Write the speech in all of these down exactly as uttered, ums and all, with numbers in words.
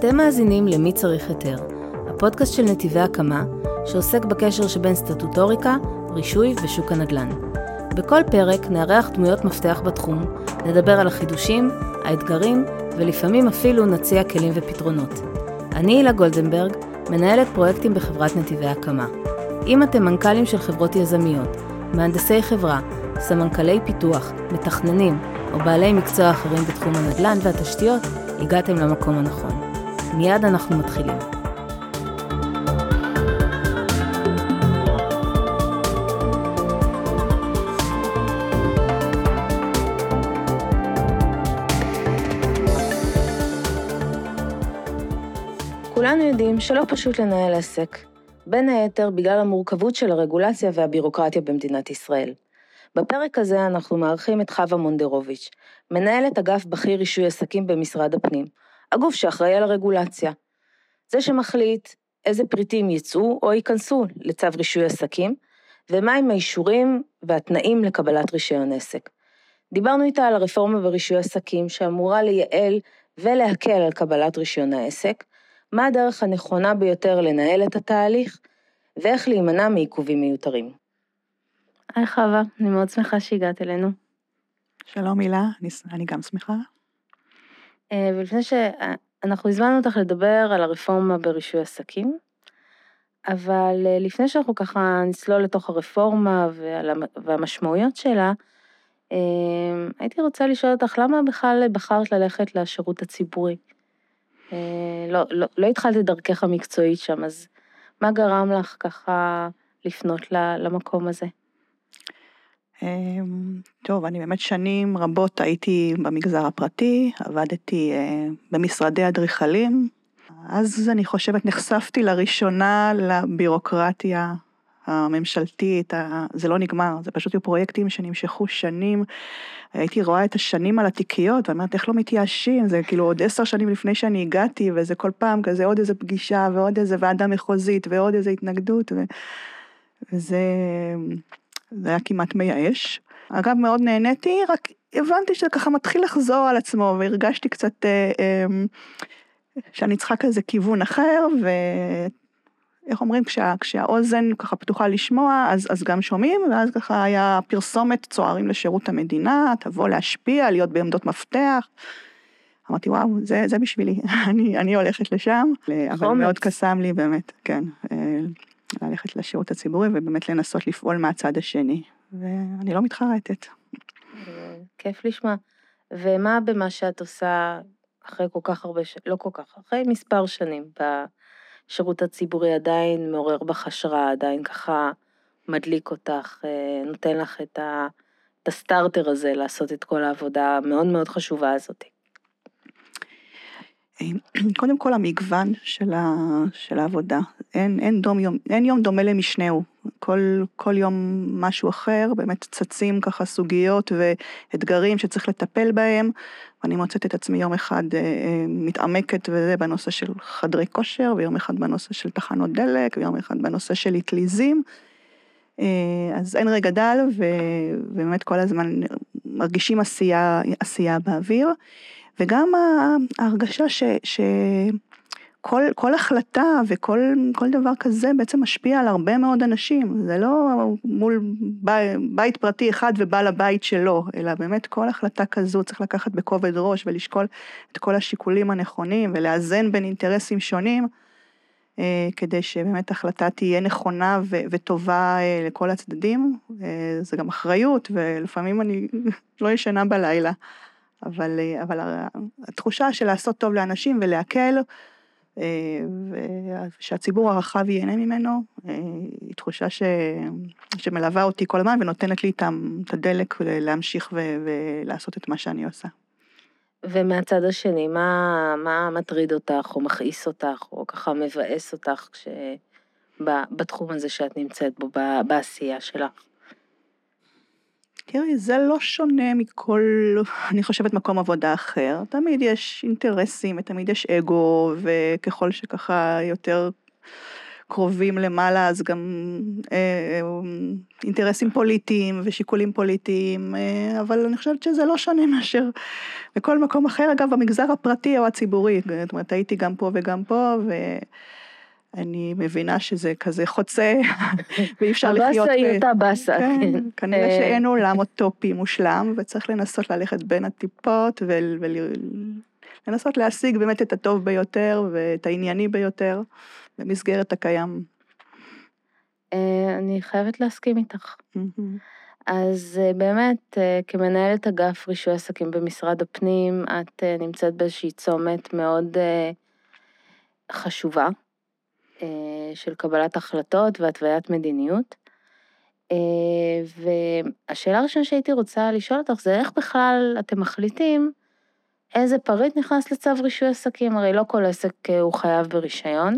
אתם מאזינים למי צריך היתר, הפודקאסט של נתיבי הקמה, שעוסק בקשר שבין סטטוטוריקה, רישוי ושוק הנדל"ן. בכל פרק נארח דמויות מפתח בתחום, נדבר על החידושים, האתגרים, ולפעמים אפילו נציע כלים ופתרונות. אני הילה גולדנברג, מנהלת פרויקטים בחברת נתיבי הקמה. אם אתם מנכ"לים של חברות יזמיות, מהנדסי חברה, סמנכ"לי פיתוח, מתכננים או בעלי מקצוע אחרים בתחום הנדל"ן והתשתיות, הגעתם למקום הנכון. מיד אנחנו מתחילים. כולנו יודעים שלא פשוט לנהל עסק, בין היתר בגלל המורכבות של הרגולציה והבירוקרטיה במדינת ישראל. בפרק הזה אנחנו מארחים את חווה מונדרוביץ', מנהלת אגף בכיר רישוי עסקים במשרד הפנים, הגוף שאחראי על הרגולציה. זה שמחליט איזה פריטים יצאו או ייכנסו לצו רישוי עסקים, ומהם האישורים והתנאים לקבלת רישיון עסק. דיברנו איתה על הרפורמה ברישוי עסקים שאמורה לייעל ולהקל על קבלת רישיון העסק, מה הדרך הנכונה ביותר לנהל את התהליך, ואיך להימנע מעיכובים מיותרים. היי חווה, אני מאוד שמחה שהגעת אלינו. שלום הילה, אני, אני גם שמחה. ולפני שאנחנו הזמנו אותך לדבר על הרפורמה ברישוי עסקים, אבל לפני שאנחנו ככה נסלול לתוך הרפורמה והמשמעויות שלה, הייתי רוצה לשאול אותך למה בכלל בחרת ללכת לשירות הציבורי? לא, לא, לא התחלת את דרכך המקצועית שם, אז מה גרם לך ככה לפנות למקום הזה? טוב, אני באמת שנים רבות הייתי במגזר הפרטי, עבדתי במשרדי אדריכלים, אז אני חושבת נחשפתי לראשונה לבירוקרטיה הממשלתית, זה לא נגמר, זה פשוט היו פרויקטים שנמשכו שנים, הייתי רואה את השנים על התיקיות, ואומרת איך לא מתייאשים, זה כאילו עוד עשר שנים לפני שאני הגעתי, וזה כל פעם כזה עוד איזה פגישה, ועוד איזה ועדה מחוזית, ועוד איזה התנגדות, ו... וזה זה היה כמעט מייאש. אגב, מאוד נהניתי, רק הבנתי שזה ככה מתחיל לחזור על עצמו, והרגשתי קצת אה, אה, שאני צריכה כזה כיוון אחר, ו... איך אומרים, כשה, כשהאוזן ככה פתוחה לשמוע, אז, אז גם שומעים, ואז ככה היה פרסומת צוערים לשירות המדינה, תבוא להשפיע, להיות בעמדות מפתח. אמרתי, וואו, זה, זה בשבילי, אני, אני הולכת לשם, אבל מאוד קסם לי באמת, כן, ללכת לשירות הציבורי, ובאמת לנסות לפעול מהצד השני, ואני לא מתחרטת. כיף לשמוע. ומה במה שאת עושה אחרי כל כך הרבה, לא כל כך, אחרי מספר שנים, ב... שירות הציבורי עדיין מעורר בך השראה, עדיין ככה מדליק אותך, נותן לך את, ה, את הסטארטר הזה לעשות את כל העבודה המאוד מאוד חשובה הזאת. קודם כל המגוון של, ה, של העבודה, אין, אין, דום יום, אין יום דומה למשנהו, כל, כל יום משהו אחר, באמת צצים ככה סוגיות ואתגרים שצריך לטפל בהם, ואני מוצאת את עצמי יום אחד אה, מתעמקת וזה בנושא של חדרי כושר, ויום אחד בנושא של תחנות דלק, ויום אחד בנושא של אטליזים, אה, אז אין רגע דל, ו, ובאמת כל הזמן מרגישים עשייה, עשייה באוויר, וגם ההרגשה ש... ש כל, כל החלטה וכל כל דבר כזה בעצם משפיע על הרבה מאוד אנשים, זה לא מול בית, בית פרטי אחד ובעל הבית שלו, אלא באמת כל החלטה כזו צריך לקחת בכובד ראש ולשקול את כל השיקולים הנכונים ולאזן בין אינטרסים שונים, אה, כדי שבאמת החלטה תהיה נכונה ו, וטובה אה, לכל הצדדים, אה, זה גם אחריות ולפעמים אני לא ישנה בלילה, אבל, אה, אבל התחושה של לעשות טוב לאנשים ולהקל, ושהציבור הרחב ייהנה ממנו, היא תחושה ש... שמלווה אותי כל הזמן ונותנת לי את הדלק להמשיך ו... ולעשות את מה שאני עושה. ומהצד השני, מה, מה מטריד אותך או מכעיס אותך או ככה מבאס אותך כש... בתחום הזה שאת נמצאת בו, בעשייה שלך? תראי, זה לא שונה מכל, אני חושבת, מקום עבודה אחר. תמיד יש אינטרסים, ותמיד יש אגו, וככל שככה יותר קרובים למעלה, אז גם אה, אינטרסים פוליטיים ושיקולים פוליטיים, אה, אבל אני חושבת שזה לא שונה מאשר בכל מקום אחר, אגב, במגזר הפרטי או הציבורי, זאת אומרת, הייתי גם פה וגם פה, ואני מבינה שזה כזה חוצה, ואי אפשר לחיות... הבאסה היא אותה באסה, כן. כן. כנראה שאין עולם אוטופי מושלם, וצריך לנסות ללכת בין הטיפות, ולנסות להשיג באמת את הטוב ביותר, ואת הענייני ביותר, במסגרת הקיים. אני חייבת להסכים איתך. אז באמת, כמנהלת אגף רישוי עסקים במשרד הפנים, את נמצאת באיזושהי צומת מאוד חשובה, של קבלת החלטות והתוויית מדיניות. והשאלה הראשונה שהייתי רוצה לשאול אותך, זה איך בכלל אתם מחליטים איזה פריט נכנס לצו רישוי עסקים? הרי לא כל עסק הוא חייב ברישיון.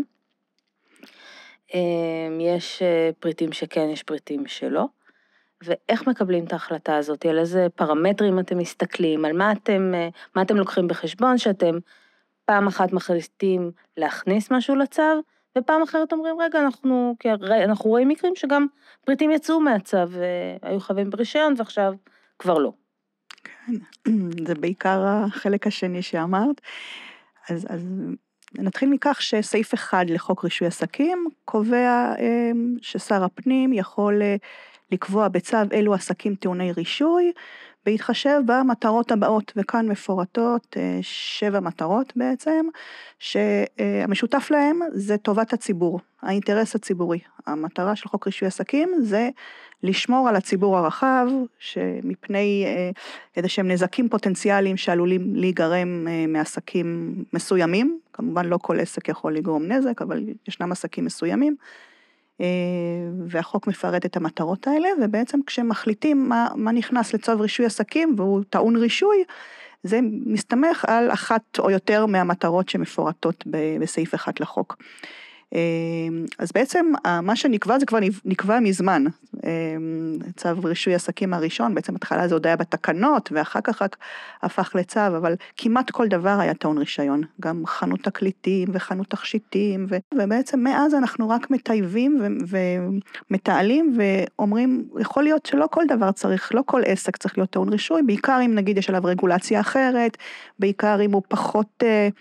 יש פריטים שכן, יש פריטים שלא. ואיך מקבלים את ההחלטה הזאת? על איזה פרמטרים אתם מסתכלים? על מה אתם, מה אתם לוקחים בחשבון? שאתם פעם אחת מחליטים להכניס משהו לצו, ופעם אחרת אומרים, רגע, אנחנו, כי אנחנו רואים מקרים שגם פריטים יצאו מהצו, והיו חייבים ברישיון, ועכשיו כבר לא. כן, זה בעיקר החלק השני שאמרת. אז, אז נתחיל מכך שסעיף אחד לחוק רישוי עסקים, קובע ששר הפנים יכול לקבוע בצו אילו עסקים טעוני רישוי, בהתחשב במטרות הבאות, וכאן מפורטות שבע מטרות בעצם, שהמשותף להם זה טובת הציבור, האינטרס הציבורי. המטרה של חוק רישוי עסקים זה לשמור על הציבור הרחב, שמפני איזה שהם נזקים פוטנציאליים שעלולים להיגרם מעסקים מסוימים, כמובן לא כל עסק יכול לגרום נזק, אבל ישנם עסקים מסוימים, והחוק מפרט את המטרות האלה, ובעצם כשמחליטים מה, מה נכנס לצו רישוי עסקים, והוא טעון רישוי, זה מסתמך על אחת או יותר מהמטרות שמפורטות בסעיף אחד לחוק. אז בעצם מה שנקבע זה כבר נקבע מזמן, צו רישוי עסקים הראשון, בעצם התחלה זה עוד היה בתקנות, ואחר כך רק הפך לצו, אבל כמעט כל דבר היה טעון רישיון, גם חנות תקליטים וחנות תכשיטים, ובעצם מאז אנחנו רק מטייבים ומתעלים, ואומרים, יכול להיות שלא כל דבר צריך, לא כל עסק צריך להיות טעון רישוי, בעיקר אם נגיד יש עליו רגולציה אחרת, בעיקר אם הוא פחות...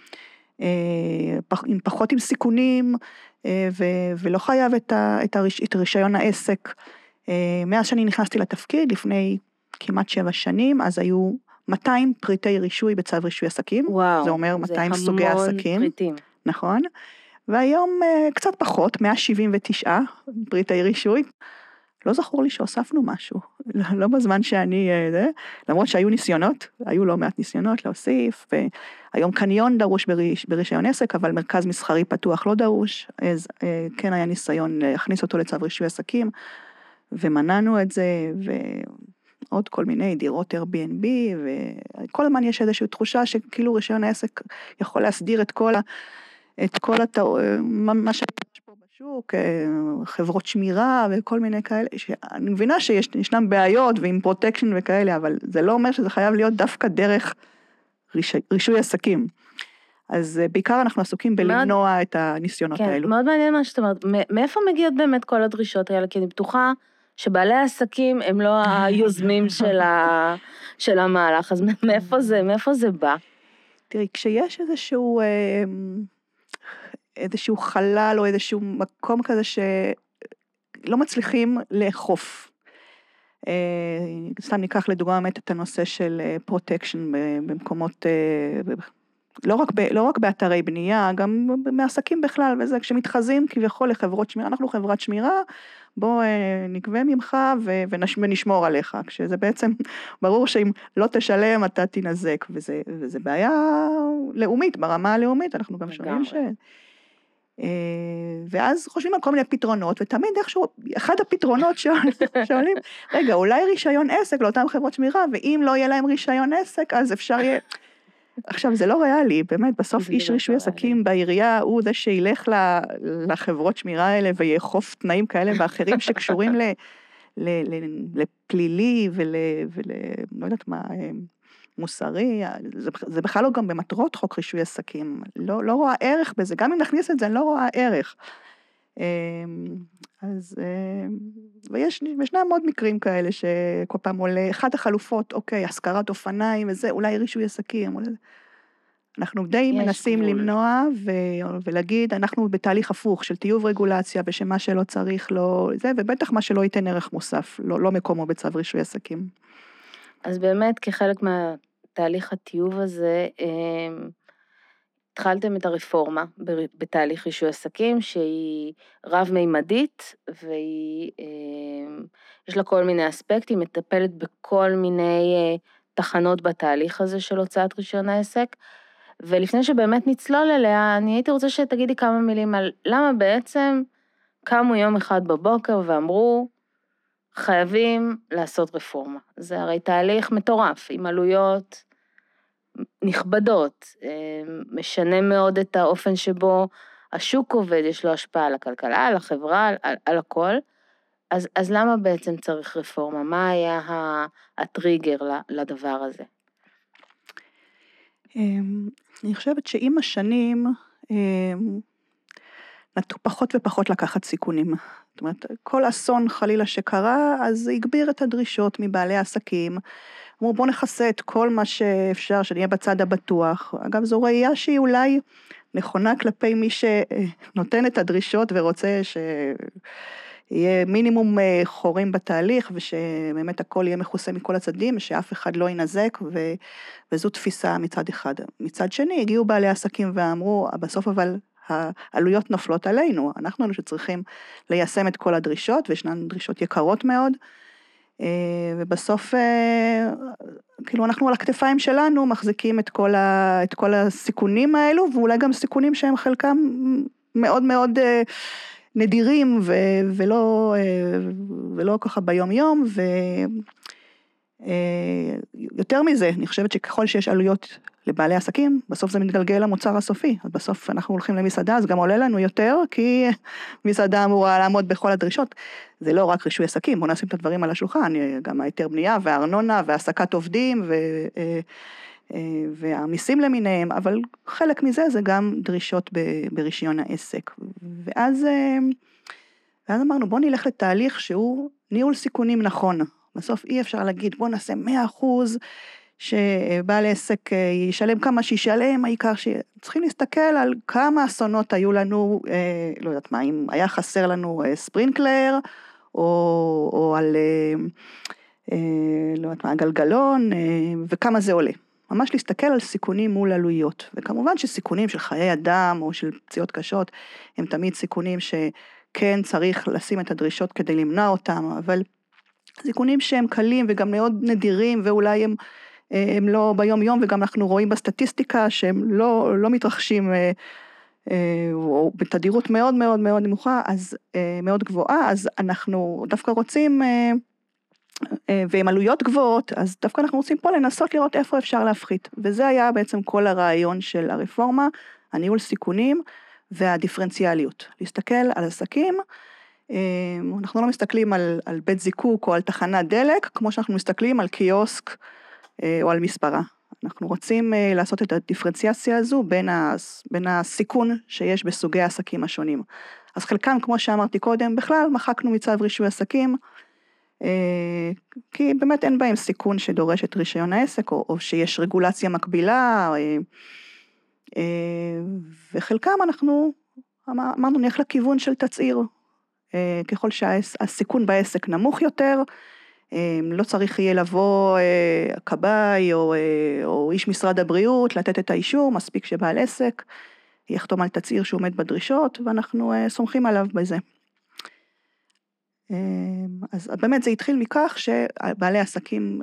עם פחות עם סיכונים, ולא חייב את רישיון העסק. מאז שאני נכנסתי לתפקיד, לפני כמעט שבע שנים, אז היו מאתיים פריטי רישוי בצו רישוי עסקים. וואו, זה אומר מאתיים זה סוגי המון עסקים. פריטים. נכון. והיום קצת פחות, מאה שבעים ותשע פריטי רישוי. לא זכור לי שהוספנו משהו, לא בזמן שאני, למרות שהיו ניסיונות, היו לא מעט ניסיונות להוסיף, והיום קניון דרוש בריש, ברישיון עסק, אבל מרכז מסחרי פתוח לא דרוש, אז כן היה ניסיון להכניס אותו לצו רישוי עסקים, ומנענו את זה, ועוד כל מיני דירות Airbnb, וכל הזמן יש איזושהי תחושה שכאילו רישיון העסק יכול להסדיר את כל, את כל התאו, מה ש... שוק, חברות שמירה וכל מיני כאלה, שאני מבינה שישנם בעיות ועם פרוטקשן וכאלה, אבל זה לא אומר שזה חייב להיות דווקא דרך רישוי, רישוי עסקים. אז בעיקר אנחנו עסוקים בלמנוע מאוד, את הניסיונות כן, האלו. מאוד מעניין מה שאת אומרת, מאיפה מגיעות באמת כל הדרישות האלה? כי אני בטוחה שבעלי העסקים הם לא היוזמים של, ה, של המהלך, אז מאיפה זה, מאיפה זה בא? תראי, כשיש איזשהו... איזשהו חלל או איזשהו מקום כזה שלא מצליחים לאכוף. סתם ניקח לדוגמה באמת את הנושא של פרוטקשן במקומות, לא רק, ב, לא רק באתרי בנייה, גם מעסקים בכלל, וזה כשמתחזים כביכול לחברות שמירה, אנחנו חברת שמירה, בוא נגבה ממך ונשמור עליך, כשזה בעצם ברור שאם לא תשלם אתה תנזק, וזה, וזה בעיה לאומית, ברמה הלאומית, אנחנו גם שומעים ש... ואז חושבים על כל מיני פתרונות, ותמיד איכשהו, אחד הפתרונות שעולים, רגע, אולי רישיון עסק לאותם חברות שמירה, ואם לא יהיה להם רישיון עסק, אז אפשר יהיה... עכשיו, זה לא ריאלי, באמת, בסוף איש רישוי עסקים בעירייה, הוא זה שילך לחברות שמירה האלה, ויאכוף תנאים כאלה ואחרים שקשורים לפלילי, ול... לא יודעת מה... מוסרי, זה, זה בכלל לא גם במטרות חוק רישוי עסקים, לא, לא רואה ערך בזה, גם אם נכניס את זה, אני לא רואה ערך. אז, ויש, ישנם עוד מקרים כאלה שכל פעם עולה, אחת החלופות, אוקיי, השכרת אופניים וזה, אולי רישוי עסקים, אולי... אנחנו די מנסים גבול. למנוע ו... ולהגיד, אנחנו בתהליך הפוך של טיוב רגולציה, ושמה שלא צריך לא זה, ובטח מה שלא ייתן ערך מוסף, לא, לא מקומו בצו רישוי עסקים. אז באמת, כחלק מהתהליך הטיוב הזה, התחלתם את הרפורמה בתהליך רישוי עסקים, שהיא רב-מימדית, והיא, יש לה כל מיני אספקטים, מטפלת בכל מיני תחנות בתהליך הזה של הוצאת רישיון העסק, ולפני שבאמת נצלול אליה, אני הייתי רוצה שתגידי כמה מילים על למה בעצם קמו יום אחד בבוקר ואמרו, חייבים לעשות רפורמה. זה הרי תהליך מטורף, עם עלויות נכבדות, משנה מאוד את האופן שבו השוק עובד, יש לו השפעה על הכלכלה, על החברה, על, על הכל. אז, אז למה בעצם צריך רפורמה? מה היה הטריגר לדבר הזה? אני חושבת שעם השנים נטו פחות ופחות לקחת סיכונים. זאת אומרת, כל אסון חלילה שקרה, אז זה הגביר את הדרישות מבעלי העסקים. אמרו, בוא נכסה את כל מה שאפשר, שנהיה בצד הבטוח. אגב, זו ראייה שהיא אולי נכונה כלפי מי שנותן את הדרישות ורוצה שיהיה מינימום חורים בתהליך, ושבאמת הכל יהיה מכוסה מכל הצדדים, שאף אחד לא ינזק, ו... וזו תפיסה מצד אחד. מצד שני, הגיעו בעלי העסקים ואמרו, בסוף אבל העלויות נופלות עלינו, אנחנו אלו שצריכים ליישם את כל הדרישות, וישנן דרישות יקרות מאוד, ובסוף, כאילו אנחנו על הכתפיים שלנו מחזיקים את כל, ה, את כל הסיכונים האלו, ואולי גם סיכונים שהם חלקם מאוד מאוד נדירים, ו, ולא, ולא ככה ביום יום, ויותר מזה, אני חושבת שככל שיש עלויות לבעלי עסקים, בסוף זה מתגלגל למוצר הסופי, אז בסוף אנחנו הולכים למסעדה, אז גם עולה לנו יותר, כי מסעדה אמורה לעמוד בכל הדרישות, זה לא רק רישוי עסקים, בוא נשים את הדברים על השולחן, גם היתר בנייה והארנונה והעסקת עובדים ו... והמיסים למיניהם, אבל חלק מזה זה גם דרישות ברישיון העסק, ואז, ואז אמרנו בוא נלך לתהליך שהוא ניהול סיכונים נכון, בסוף אי אפשר להגיד בוא נעשה מאה אחוז, שבעל עסק ישלם כמה שישלם, העיקר שצריכים להסתכל על כמה אסונות היו לנו, לא יודעת מה, אם היה חסר לנו ספרינקלר, או, או על, לא יודעת מה, גלגלון, וכמה זה עולה. ממש להסתכל על סיכונים מול עלויות, וכמובן שסיכונים של חיי אדם, או של פציעות קשות, הם תמיד סיכונים שכן צריך לשים את הדרישות כדי למנוע אותם, אבל סיכונים שהם קלים וגם מאוד נדירים, ואולי הם הם לא ביום יום, וגם אנחנו רואים בסטטיסטיקה שהם לא, לא מתרחשים או בתדירות מאוד מאוד מאוד נמוכה, אז מאוד גבוהה, אז אנחנו דווקא רוצים, ועם עלויות גבוהות, אז דווקא אנחנו רוצים פה לנסות לראות איפה אפשר להפחית, וזה היה בעצם כל הרעיון של הרפורמה, הניהול סיכונים והדיפרנציאליות, להסתכל על עסקים, אנחנו לא מסתכלים על, על בית זיקוק או על תחנת דלק, כמו שאנחנו מסתכלים על קיוסק, או על מספרה. אנחנו רוצים לעשות את הדיפרנציאציה הזו בין, הס, בין הסיכון שיש בסוגי העסקים השונים. אז חלקם, כמו שאמרתי קודם, בכלל מחקנו מצו רישוי עסקים, כי באמת אין בהם סיכון שדורש את רישיון העסק, או, או שיש רגולציה מקבילה, וחלקם אנחנו אמרנו נלך לכיוון של תצעיר, ככל שהסיכון בעסק נמוך יותר, לא צריך יהיה לבוא כבאי או, או איש משרד הבריאות לתת את האישור, מספיק שבעל עסק יחתום על תצהיר שהוא עומד בדרישות, ואנחנו סומכים עליו בזה. אז באמת זה התחיל מכך שבעלי עסקים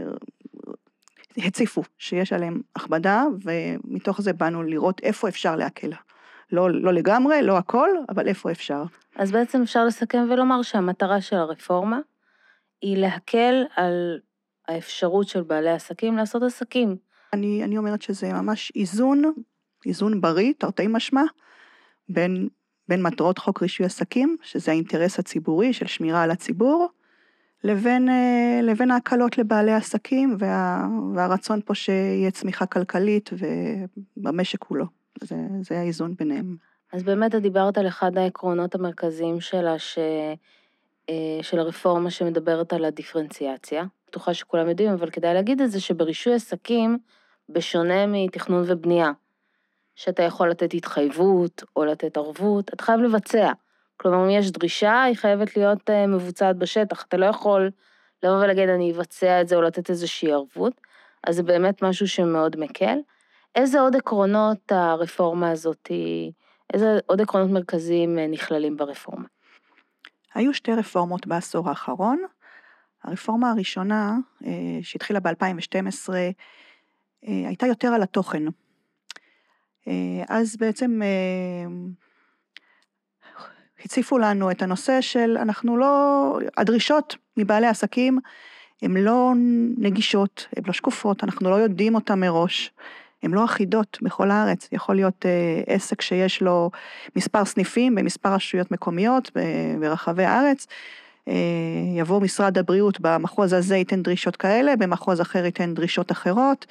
הציפו שיש עליהם הכבדה, ומתוך זה באנו לראות איפה אפשר להקל. לא, לא לגמרי, לא הכל, אבל איפה אפשר. אז בעצם אפשר לסכם ולומר שהמטרה של הרפורמה, היא להקל על האפשרות של בעלי עסקים לעשות עסקים. אני, אני אומרת שזה ממש איזון, איזון בריא, תרתי משמע, בין, בין מטרות חוק רישוי עסקים, שזה האינטרס הציבורי של שמירה על הציבור, לבין, לבין ההקלות לבעלי עסקים, וה, והרצון פה שיהיה צמיחה כלכלית ובמשק כולו. זה, זה האיזון ביניהם. אז באמת את דיברת על אחד העקרונות המרכזיים שלה, ש... של הרפורמה שמדברת על הדיפרנציאציה. בטוחה שכולם יודעים, אבל כדאי להגיד את זה שברישוי עסקים, בשונה מתכנון ובנייה, שאתה יכול לתת התחייבות או לתת ערבות, אתה חייב לבצע. כלומר, אם יש דרישה, היא חייבת להיות מבוצעת בשטח. אתה לא יכול לבוא ולהגיד, אני אבצע את זה או לתת איזושהי ערבות, אז זה באמת משהו שמאוד מקל. איזה עוד עקרונות הרפורמה הזאת, איזה עוד עקרונות מרכזיים נכללים ברפורמה? היו שתי רפורמות בעשור האחרון. הרפורמה הראשונה, שהתחילה ב-אלפיים ושתים עשרה, הייתה יותר על התוכן. אז בעצם הציפו לנו את הנושא של, אנחנו לא, הדרישות מבעלי עסקים הן לא נגישות, הן לא שקופות, אנחנו לא יודעים אותן מראש, הן לא אחידות בכל הארץ. יכול להיות עסק שיש לו מספר סניפים במספר רשויות מקומיות ברחבי הארץ, יבוא משרד הבריאות במחוז הזה ייתן דרישות כאלה, במחוז אחר ייתן דרישות אחרות,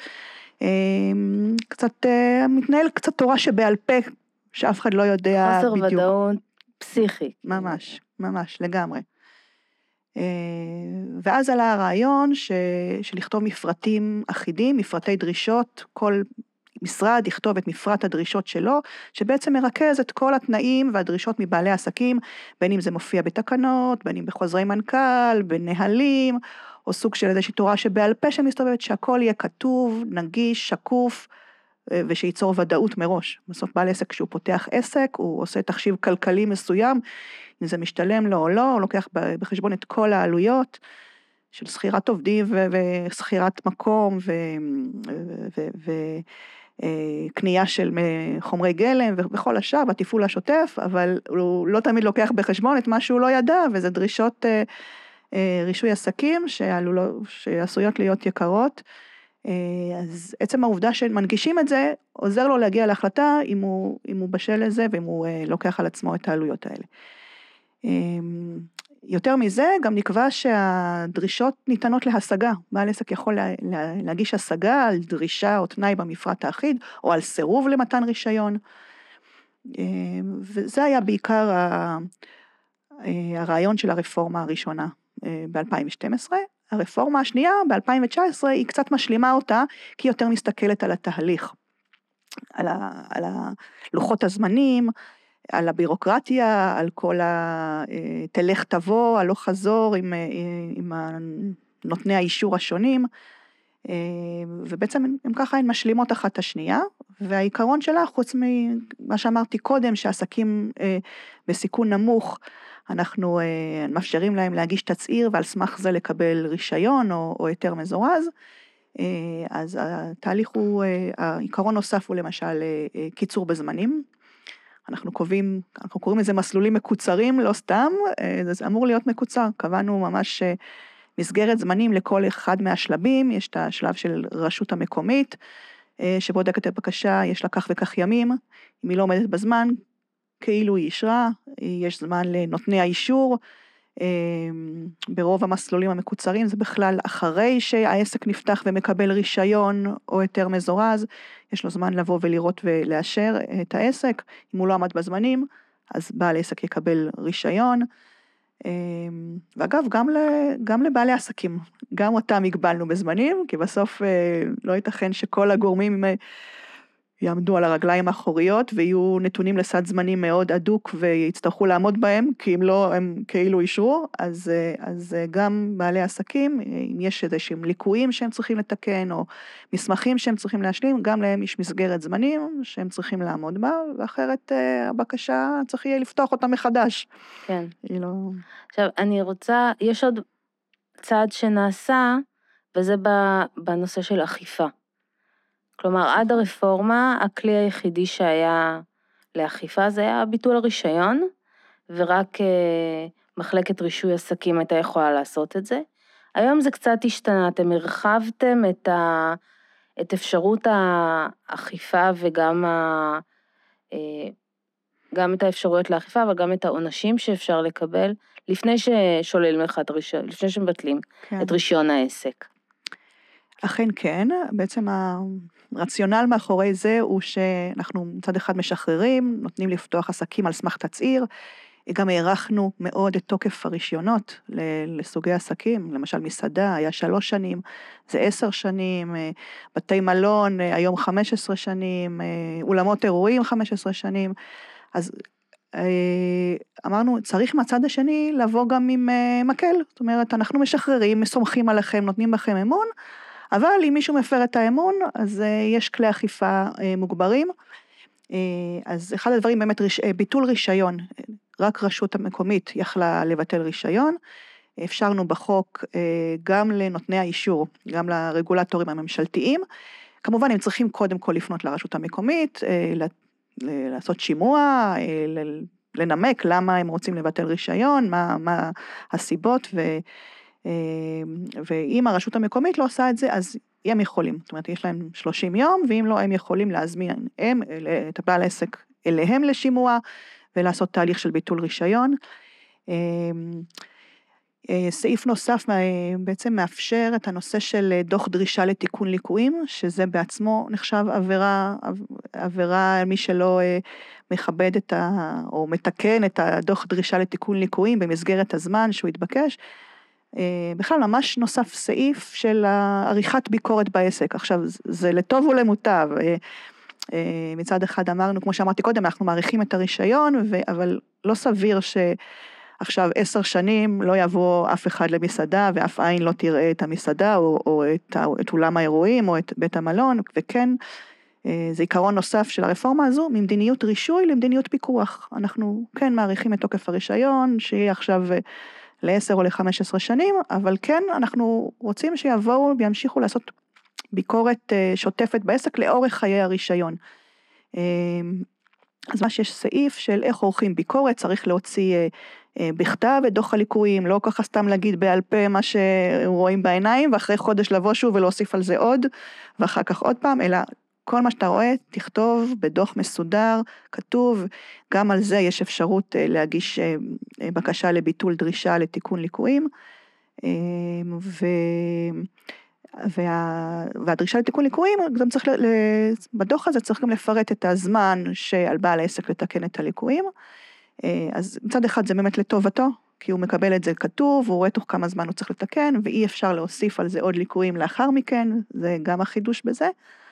קצת מתנהל קצת תורה שבעל פה, שאף אחד לא יודע חוסר בדיוק. חוסר ודאות פסיכי. ממש, ממש, לגמרי. ואז עלה הרעיון ש... שלכתוב מפרטים אחידים, מפרטי דרישות, כל משרד יכתוב את מפרט הדרישות שלו, שבעצם מרכז את כל התנאים והדרישות מבעלי עסקים, בין אם זה מופיע בתקנות, בין אם בחוזרי מנכ"ל, בנהלים, או סוג של איזושהי תורה שבעל פה שמסתובבת, שהכל יהיה כתוב, נגיש, שקוף, ושייצור ודאות מראש. בסוף בעל עסק כשהוא פותח עסק, הוא עושה תחשיב כלכלי מסוים, אם זה משתלם לו או לא, הוא לוקח בחשבון את כל העלויות, של שכירת עובדים ושכירת מקום, וקנייה של חומרי גלם וכל השאר, והטיפול השוטף, אבל הוא לא תמיד לוקח בחשבון את מה שהוא לא ידע, וזה דרישות רישוי עסקים שעשויות להיות יקרות. אז עצם העובדה שמנגישים את זה, עוזר לו להגיע להחלטה אם הוא, אם הוא בשל לזה, ואם הוא לוקח על עצמו את העלויות האלה. יותר מזה, גם נקבע שהדרישות ניתנות להשגה. בעל עסק יכול להגיש השגה על דרישה או תנאי במפרט האחיד, או על סירוב למתן רישיון. וזה היה בעיקר הרעיון של הרפורמה הראשונה ב-אלפיים ושתים עשרה. הרפורמה השנייה ב-אלפיים תשע עשרה היא קצת משלימה אותה, כי היא יותר מסתכלת על התהליך, על, ה, על הלוחות הזמנים, על הבירוקרטיה, על כל התלך תבוא, הלוך חזור עם, עם נותני האישור השונים, ובעצם הם ככה הן משלימות אחת השנייה, והעיקרון שלה, חוץ ממה שאמרתי קודם, שעסקים בסיכון נמוך, אנחנו מאפשרים להם להגיש תצהיר, ועל סמך זה לקבל רישיון או, או יותר מזורז, אז התהליך הוא, העיקרון נוסף הוא למשל קיצור בזמנים, אנחנו קובעים, אנחנו קוראים לזה מסלולים מקוצרים, לא סתם, זה אמור להיות מקוצר, קבענו ממש מסגרת זמנים לכל אחד מהשלבים, יש את השלב של רשות המקומית, שבודקת את הבקשה, יש לה כך וכך ימים, אם היא לא עומדת בזמן, כאילו היא אישרה, יש זמן לנותני האישור, ברוב המסלולים המקוצרים, זה בכלל אחרי שהעסק נפתח ומקבל רישיון או יותר מזורז, יש לו זמן לבוא ולראות ולאשר את העסק, אם הוא לא עמד בזמנים, אז בעל עסק יקבל רישיון, ואגב, גם, גם לבעלי עסקים, גם אותם הגבלנו בזמנים, כי בסוף לא ייתכן שכל הגורמים יעמדו על הרגליים האחוריות, ויהיו נתונים לסד זמנים מאוד עדוק, ויצטרכו לעמוד בהם, כי אם לא, הם כאילו אישרו, אז, אז גם בעלי עסקים, אם יש איזשהם ליקויים שהם צריכים לתקן, או מסמכים שהם צריכים להשלים, גם להם יש מסגרת זמנים, שהם צריכים לעמוד בה, ואחרת הבקשה צריך יהיה לפתוח אותה מחדש. כן. לא... עכשיו, אני רוצה, יש עוד צעד שנעשה, וזה בנושא של אכיפה. כלומר, עד הרפורמה, הכלי היחידי שהיה לאכיפה, זה היה ביטול הרישיון, ורק אה, מחלקת רישוי עסקים הייתה יכולה לעשות את זה. היום זה קצת השתנה, אתם הרחבתם את, ה, את אפשרות האכיפה, וגם ה, אה, גם את האפשרויות לאכיפה, אבל גם את העונשים שאפשר לקבל, לפני ששוללים לך את הרישיון, לפני שמבטלים כן. את רישיון העסק. אכן כן, בעצם הרציונל מאחורי זה הוא שאנחנו מצד אחד משחררים, נותנים לפתוח עסקים על סמך תצהיר, גם הערכנו מאוד את תוקף הרישיונות לסוגי עסקים, למשל מסעדה היה שלוש שנים, זה עשר שנים, בתי מלון היום חמש עשרה שנים, אולמות אירועים חמש עשרה שנים, אז אמרנו צריך מהצד השני לבוא גם עם מקל, זאת אומרת אנחנו משחררים, סומכים עליכם, נותנים בכם אמון, אבל אם מישהו מפר את האמון, אז יש כלי אכיפה מוגברים, אז אחד הדברים באמת ביטול רישיון, רק רשות המקומית יכלה לבטל רישיון, אפשרנו בחוק גם לנותני האישור, גם לרגולטורים הממשלתיים, כמובן הם צריכים קודם כל לפנות לרשות המקומית, לעשות שימוע, לנמק למה הם רוצים לבטל רישיון, מה, מה הסיבות, ו, ואם הרשות המקומית לא עושה את זה, אז הם יכולים, זאת אומרת יש להם שלושים יום, ואם לא הם יכולים להזמין הם, את הבעל העסק אליהם לשימוע, ולעשות תהליך של ביטול רישיון. סעיף נוסף בעצם מאפשר את הנושא של דוח דרישה לתיקון ליקויים, שזה בעצמו נחשב עבירה, עבירה מי שלא מכבד את ה, או מתקן את הדוח דרישה לתיקון ליקויים במסגרת הזמן שהוא התבקש. בכלל ממש נוסף סעיף של עריכת ביקורת בעסק. עכשיו זה לטוב ולמוטב. מצד אחד אמרנו, כמו שאמרתי קודם, אנחנו מעריכים את הרישיון, אבל לא סביר שעכשיו עשר שנים לא יבוא אף אחד למסעדה, ואף עין לא תראה את המסעדה, או, או את, את אולם האירועים, או את בית המלון, וכן, זה עיקרון נוסף של הרפורמה הזו, ממדיניות רישוי למדיניות פיקוח. אנחנו כן מעריכים את תוקף הרישיון, שיהיה עכשיו ל-עשר או ל-חמש עשרה שנים, אבל כן, אנחנו רוצים שיבואו וימשיכו לעשות ביקורת שוטפת בעסק לאורך חיי הרישיון. אז מה שיש סעיף של איך עורכים ביקורת, צריך להוציא בכתב את דוח הליקויים, לא ככה סתם להגיד בעל פה מה שרואים בעיניים, ואחרי חודש לבוא שוב ולהוסיף על זה עוד, ואחר כך עוד פעם, אלא כל מה שאתה רואה, תכתוב בדוח מסודר, כתוב, גם על זה יש אפשרות להגיש בקשה לביטול דרישה לתיקון ליקויים, ו... וה... והדרישה לתיקון ליקויים, גם צריך, ל... בדוח הזה צריך גם לפרט את הזמן שעל בעל העסק לתקן את הליקויים, אז מצד אחד זה באמת לטובתו, כי הוא מקבל את זה כתוב, הוא רואה תוך כמה זמן הוא צריך לתקן, ואי אפשר להוסיף על זה עוד ליקויים לאחר מכן, זה גם החידוש בזה,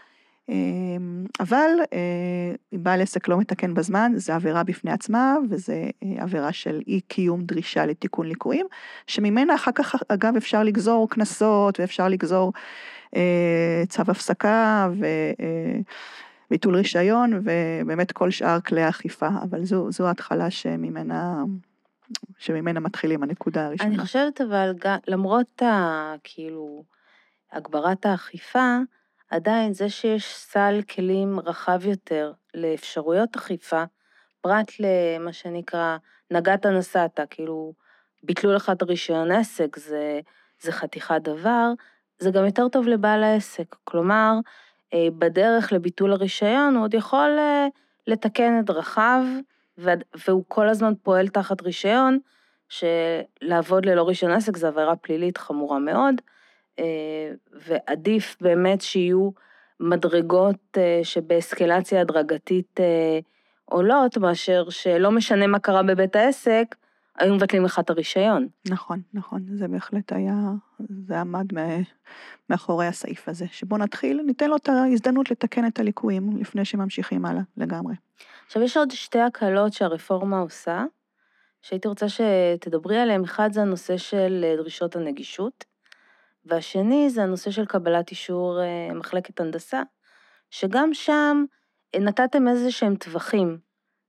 אבל אם בעל עסק לא מתקן בזמן, זה עבירה בפני עצמה, וזה עבירה של אי קיום דרישה לתיקון ליקויים, שממנה אחר כך אגב אפשר לגזור כנסות, ואפשר לגזור צו הפסקה, וביטול רישיון, ובאמת כל שאר כלי האכיפה, אבל זו, זו ההתחלה שממנה, שממנה מתחילים הנקודה הראשונה. אני חושבת אבל, למרות ה, כאילו, הגברת האכיפה, עדיין זה שיש סל כלים רחב יותר לאפשרויות אכיפה, פרט למה שנקרא נגעת נסעת, כאילו ביטלו לך את רישיון עסק, זה, זה חתיכת דבר, זה גם יותר טוב לבעל העסק, כלומר בדרך לביטול הרישיון הוא עוד יכול לתקן את דרכיו, והוא כל הזמן פועל תחת רישיון, שלעבוד ללא רישיון עסק זה עבירה פלילית חמורה מאוד, ועדיף באמת שיהיו מדרגות שבאסקלציה הדרגתית עולות, מאשר שלא משנה מה קרה בבית העסק, היו מבטלים לך את הרישיון. נכון, נכון, זה בהחלט היה, זה עמד מאחורי הסעיף הזה, שבו נתחיל, ניתן לו את ההזדמנות לתקן את הליקויים, לפני שממשיכים הלאה לגמרי. עכשיו יש עוד שתי הקלות שהרפורמה עושה, שהייתי רוצה שתדברי עליהם, אחד זה הנושא של דרישות הנגישות, והשני זה הנושא של קבלת אישור מחלקת הנדסה, שגם שם נתתם איזה שהם טווחים,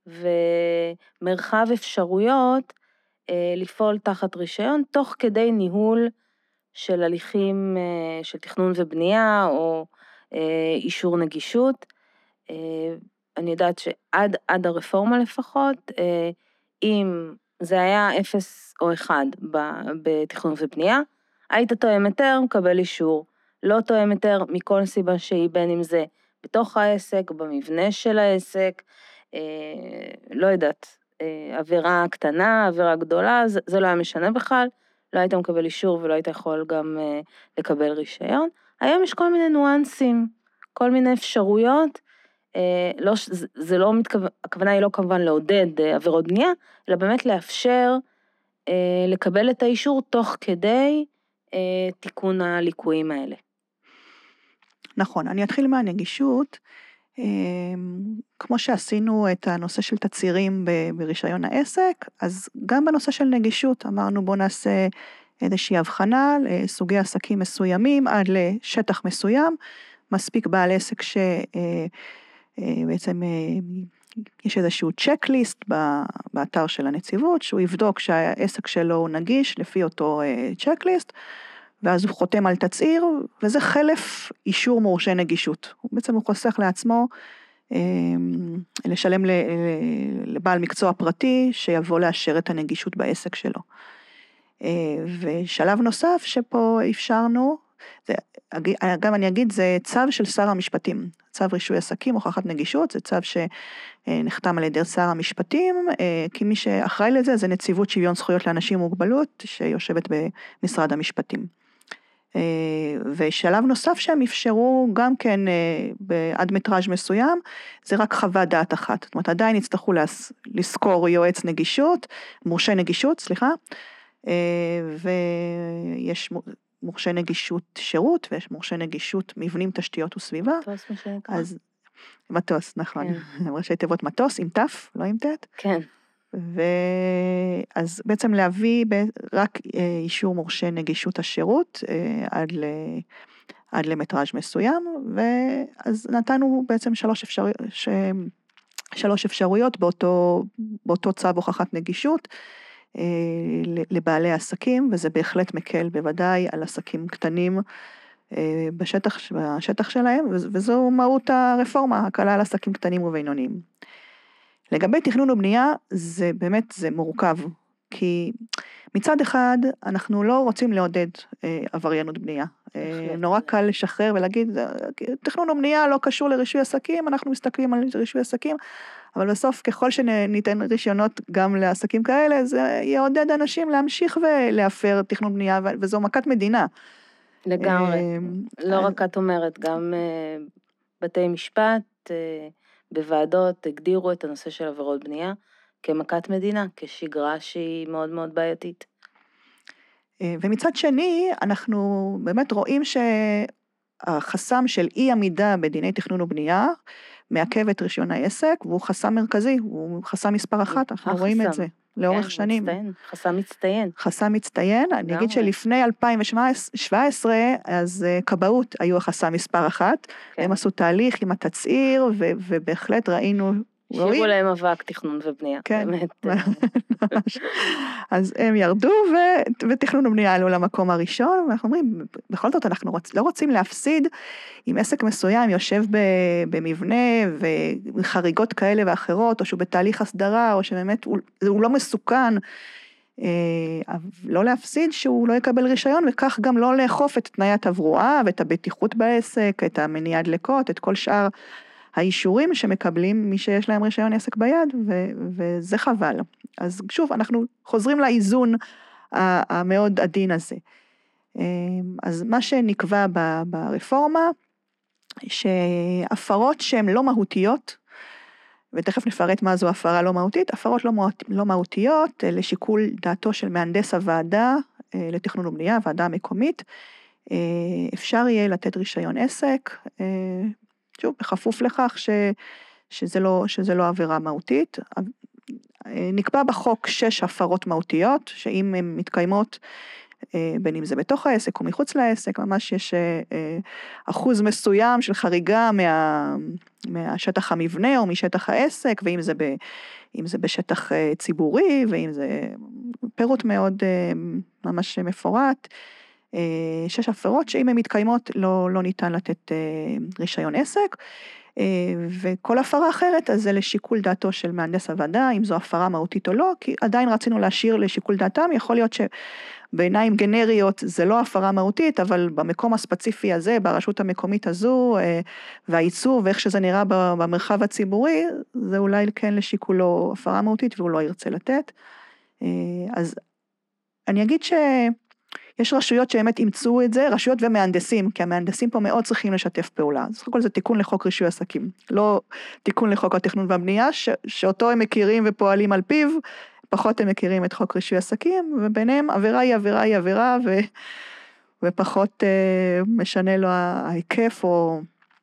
ומרחב אפשרויות לפעול תחת רישיון, תוך כדי ניהול של הליכים של תכנון ובנייה, או אישור נגישות. אני יודעת שעד עד הרפורמה לפחות, אם זה היה אפס או אחד בתכנון ובנייה, היית תואם יותר, מקבל אישור, לא תואם יותר מכל סיבה שהיא, בין אם זה בתוך העסק, במבנה של העסק, אה, לא יודעת, אה, עבירה קטנה, עבירה גדולה, זה, זה לא היה משנה בכלל, לא היית מקבל אישור ולא היית יכול גם אה, לקבל רישיון. היום יש כל מיני ניואנסים, כל מיני אפשרויות, אה, לא, זה, זה לא מתכוון, הכוונה היא לא כמובן לעודד אה, עבירות בנייה, אלא באמת לאפשר אה, לקבל את האישור תוך כדי אה, תיקון הליקויים האלה. נכון, אני אתחיל מהנגישות, כמו שעשינו את הנושא של תצהירים ברישיון העסק, אז גם בנושא של נגישות אמרנו בוא נעשה איזושהי הבחנה לסוגי עסקים מסוימים עד לשטח מסוים, מספיק בעל עסק שבעצם יש איזשהו צ'קליסט באתר של הנציבות, שהוא יבדוק שהעסק שלו הוא נגיש לפי אותו צ'קליסט, ואז הוא חותם על תצהיר, וזה חלף אישור מורשה נגישות. בעצם הוא חוסך לעצמו לשלם לבעל מקצוע פרטי, שיבוא לאשר את הנגישות בעסק שלו. ושלב נוסף שפה אפשרנו, זה, גם אני אגיד, זה צו של שר המשפטים, צו רישוי עסקים, הוכחת נגישות, זה צו שנחתם על ידי שר המשפטים, כי מי שאחראי לזה זה נציבות שוויון זכויות לאנשים עם מוגבלות, שיושבת במשרד המשפטים. ושלב נוסף שהם אפשרו גם כן עד מטראז' מסוים, זה רק חוות דעת אחת, זאת אומרת עדיין יצטרכו לזכור יועץ נגישות, מורשה נגישות, סליחה, ויש מורשה נגישות שירות, ויש מורשה נגישות מבנים, תשתיות וסביבה. מטוס מה שנקרא. אז, מטוס, נכון. כן. ראשי תיבות מטוס, עם תף, לא עם תת. כן. ואז בעצם להביא רק אישור מורשה נגישות השירות עד, ל... עד למטראז' מסוים, ואז נתנו בעצם שלוש, אפשר... ש... שלוש אפשרויות באותו, באותו צו הוכחת נגישות, לבעלי עסקים, וזה בהחלט מקל בוודאי על עסקים קטנים בשטח, בשטח שלהם, וזו מהות הרפורמה, הקלה על עסקים קטנים ובינוניים. לגבי תכנון ובנייה, זה באמת, זה מורכב, כי מצד אחד, אנחנו לא רוצים לעודד אה, עבריינות בנייה. אה, נורא קל לשחרר ולהגיד, תכנון ובנייה לא קשור לרישוי עסקים, אנחנו מסתכלים על רישוי עסקים, אבל בסוף, ככל שניתן רישיונות גם לעסקים כאלה, זה יעודד אנשים להמשיך ולהפר תכנון בנייה, וזו מכת מדינה. לגמרי. אה, לא רק את אומרת, גם אה, בתי משפט, אה, בוועדות הגדירו את הנושא של עבירות בנייה כמכת מדינה, כשגרה שהיא מאוד מאוד בעייתית. ומצד שני, אנחנו באמת רואים שהחסם של אי עמידה בדיני תכנון ובנייה, מעכב את רישיון העסק, והוא חסם מרכזי, הוא חסם מספר אחת, אנחנו החסם. רואים את זה לאורך כן, שנים. מצטיין, חסם מצטיין. חסם מצטיין, אני אגיד שלפני אלפיים שבע עשרה, אז כבאות היו החסם מספר אחת, כן. הם עשו תהליך עם התצהיר, ו- ובהחלט ראינו, שירו להם אבק תכנון ובנייה, כן. באמת. אז הם ירדו, ו- ותכנון ובנייה עלו למקום הראשון, ואנחנו אומרים, בכל זאת אנחנו רוצ- לא רוצים להפסיד, אם עסק מסוים יושב ב- במבנה, וחריגות כאלה ואחרות, או שהוא בתהליך הסדרה, או שבאמת הוא, הוא לא מסוכן, לא להפסיד שהוא לא יקבל רישיון, וכך גם לא לאכוף את תנאי התברואה, ואת הבטיחות בעסק, את המניעת דלקות, את כל שאר האישורים שמקבלים מי שיש להם רישיון עסק ביד, ו- וזה חבל. אז שוב, אנחנו חוזרים לאיזון המאוד עדין הזה. אז מה שנקבע ברפורמה, שהפרות שהן לא מהותיות, ותכף נפרט מה זו הפרה לא מהותית, הפרות לא, לא מהותיות לשיקול דעתו של מהנדס הוועדה לתכנון ובנייה, הוועדה המקומית, אפשר יהיה לתת רישיון עסק, שוב, בכפוף לכך ש, שזה לא, שזה לא עבירה מהותית. נקבע בחוק שש הפרות מהותיות, שאם הן מתקיימות, בין אם זה בתוך העסק או מחוץ לעסק, ממש יש אחוז מסוים של חריגה מה, מהשטח המבנה או משטח העסק, ואם זה, ב, אם זה בשטח ציבורי, ואם זה פירוט מאוד ממש מפורט, שש הפרות שאם הן מתקיימות לא, לא ניתן לתת רישיון עסק, וכל הפרה אחרת אז זה לשיקול דעתו של מהנדס הוועדה, אם זו הפרה מהותית או לא, כי עדיין רצינו להשאיר לשיקול דעתם, יכול להיות שבעיניים גנריות זה לא הפרה מהותית, אבל במקום הספציפי הזה, ברשות המקומית הזו, והייצור ואיך שזה נראה במרחב הציבורי, זה אולי כן לשיקולו הפרה מהותית והוא לא ירצה לתת. אז אני אגיד ש... יש רשויות שבאמת אימצו את זה, רשויות ומהנדסים, כי המהנדסים פה מאוד צריכים לשתף פעולה. אז קודם כל זה תיקון לחוק רישוי עסקים, לא תיקון לחוק התכנון והבנייה, ש, שאותו הם מכירים ופועלים על פיו, פחות הם מכירים את חוק רישוי עסקים, וביניהם עבירה היא עבירה היא עבירה, ו, ופחות אה, משנה לו ההיקף, או